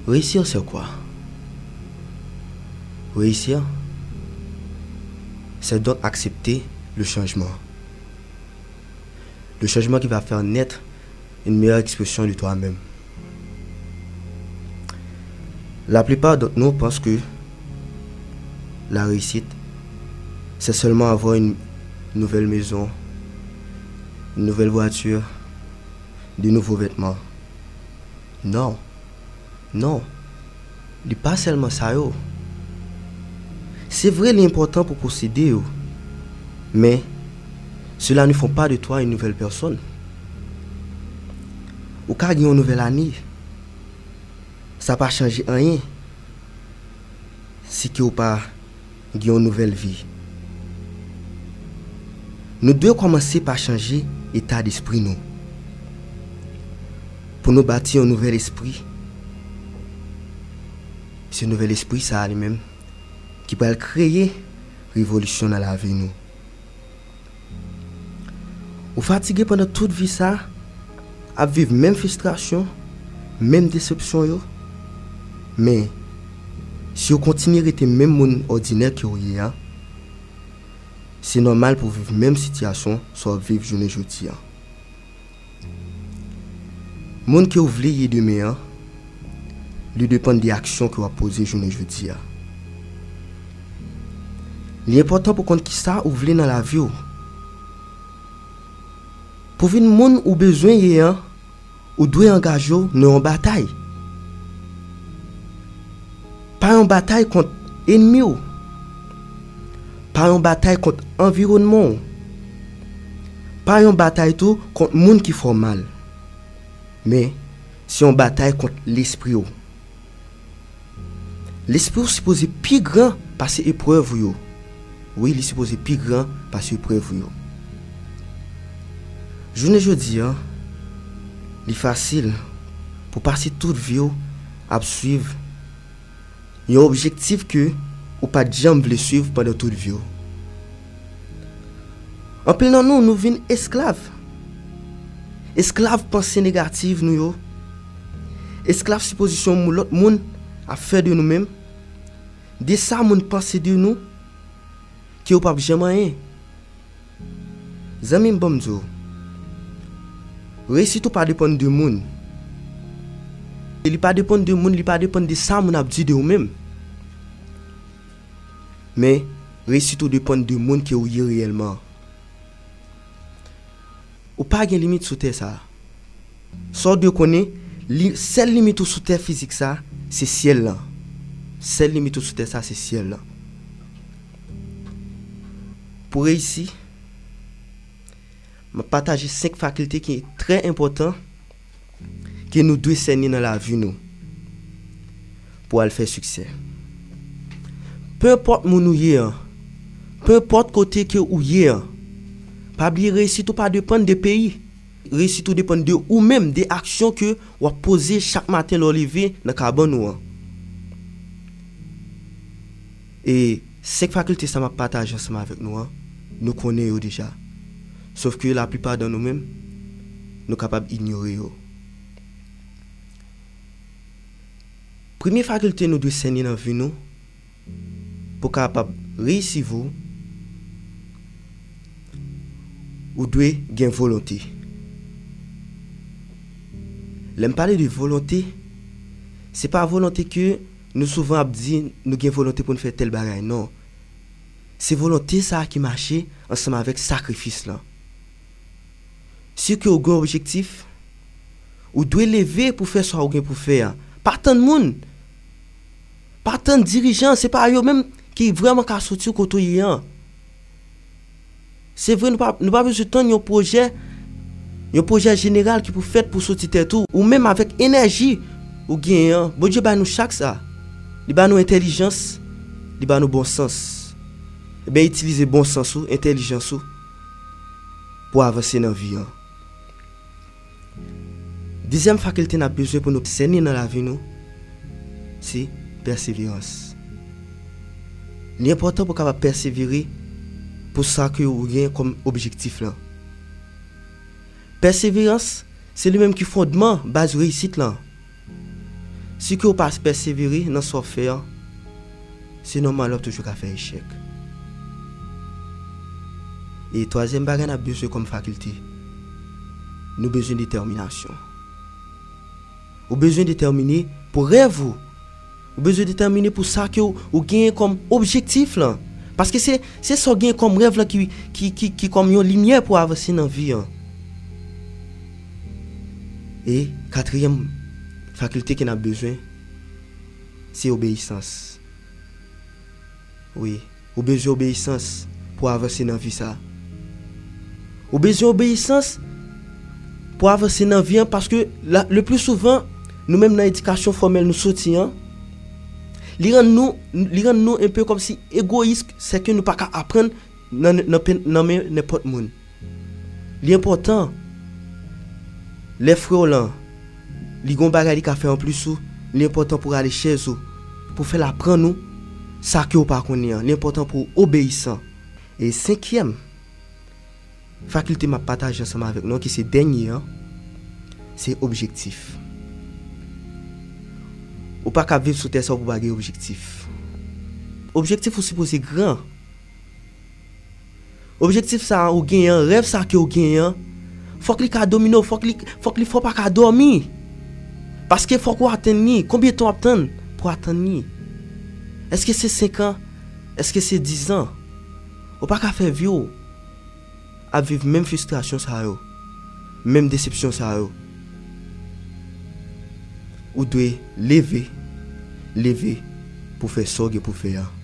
Réussir, c'est quoi? Réussir, c'est donc accepter le changement. Le changement qui va faire naître une meilleure expression de toi-même. La plupart d'entre nous pensent que la réussite, c'est seulement avoir une nouvelle maison, une nouvelle voiture, de nouveaux vêtements. Non, non, ce n'est pas seulement ça. C'est vrai, l'important pour posséder, mais cela ne fait pas de toi une nouvelle personne. Ou quand il y a une nouvelle année, ça n'a pas changé rien si tu n'as pas une nouvelle vie. Nous devons commencer par changer l'état d'esprit nous. Pour nous bâtir un nouvel esprit. Ce nouvel esprit, ça lui-même, qui peut créer une révolution dans la vie nous. Ou fatigué pendant toute vie ça, à vivre même frustration, même déception yo. Mais si vous continuez à être même monde ordinaire que vous êtes, c'est normal pour vivre même situation soit vivre journée aujourd'hui. Monde que vous voulez demain, lui dépend des actions que vous posez journée aujourd'hui. L'important pour qu'on qui ça vous voulez dans la vie. Pour vivre monde ou besoin yéan, ou doit engager dans une bataille. Pas une bataille contre ennemi, pas une bataille contre environnement, pas une bataille tout contre monde qui font mal. Mais c'est une bataille contre l'esprit. L'esprit est supposé plus grand par ces épreuves. Oui, il est supposé plus grand par ces épreuves. Je ne dis pas, il est facile pour passer toute vie à suivre un objectif que ou pas de jamais voulez suivre pendant toute vie. En plus, nous sommes esclaves. Esclaves pensée négative nous. Esclaves supposition l'autre monde à faire de nous-mêmes. De ça monde penser de nous qui ou pas jamais rien. Zami mbomzo. Réussite pas dépendre de monde. Il pas dépendre de monde, il pas dépendre de ça mon a dit de vous-même. Mais réussite dépend de monde qui ou y réellement. Ou pas de limite sous terre ça. Soit de connaît seule limite sous terre physique ça, c'est ciel là. Seule limite sous terre ça, c'est ciel là. Pour réussir, je partage 5 facultés qui sont très importantes que nous devons saigner dans la vie nous pour aller faire succès. Peu importe où nous sommes, peu importe côté que nous sommes, pas oublier réussite ou pas dépendre des pays. Réussite ou dépend de ou même des actions que vous posez chaque matin le lever dans carbone ou. Et 5 facultés ça m'a partagé ensemble avec nous. Nous connaissons déjà. Sauf que la plupart de nous-mêmes, nous sommes capables d'ignorer. Première faculté nous devons saigner dans la vie nous pour capable réussir vous devez gagner volonté. L'aime parler de volonté, c'est pas volonté que nous souvent dit nous gagnons volonté pour nous faire tel bagage, non. C'est volonté ça qui marche ensemble avec sacrifice là. Si que vous avez un objectif, vous devez lever pour faire ce que vous avez pour faire. Pas tant de monde, pas tant de dirigeants, c'est pas eux même qui vraiment qu'à sortir côté. C'est vrai, nous pas besoin de temps un projet général qui peut faire pour sortir tout ou même avec énergie ou gain. Bon Dieu ba nous chaque ça. Il ba nous intelligence, il ba nous bon sens. Et bien utiliser bon sens ou intelligence ou pour avancer dans la vie. Deuxième faculté n'a besoin pour nous saigner dans la vie nous, c'est persévérance. L'important pour capable persévérer pour ça que vous avez comme objectif là. Persévérance, c'est le même qui fondement base réussite là. Si que vous pas persévérer dans ce faire, c'est normal toujours qu'à faire échec. Et troisième bagage, nous avons besoin comme faculté. Nous avons besoin de détermination. Nous avons besoin de déterminer pour rêve. Nous avons besoin de déterminer pour ça que vous gagnez comme objectif là. Parce que c'est ça gagne comme rêve là qui comme une lumière pour avancer dans la vie. Et quatrième faculté qu'on a besoin, c'est obéissance. Oui, ou besoin d'obéissance pour avancer dans la vie ça. Ou besoin d'obéissance pour avancer dans la vie parce que le plus souvent, nous-mêmes dans l'éducation formelle, nous sortions. Li rend nous un peu comme si égoïste, c'est que nous pas qu'à apprendre dans n'importe monde. L'important, les frères là, li gon bagay li ka fait en plus ou, l'important pour aller chez eux, pour faire apprendre nous ça que ou pas connait, l'important pour obéissant. Et cinquième faculté m'a partager ensemble avec nous qui c'est dernier, c'est objectif. Ou pas qu'à vivre sous terre sans pour baguer objectif. Objectif ou supposé grand. Objectif ça ou gagner, rêve ça que ou gagner. Faut que li ka domino, faut pas qu'à dormir. Parce que faut qu'on attendre. Combien de temps attendre pour attendre? Est-ce que c'est 5 ans? Est-ce que c'est 10 ans? Ou pas qu'à faire vieux à vivre même frustration ça yo. Même déception ça yo. Ou doit lever pour faire sorgue pour faire.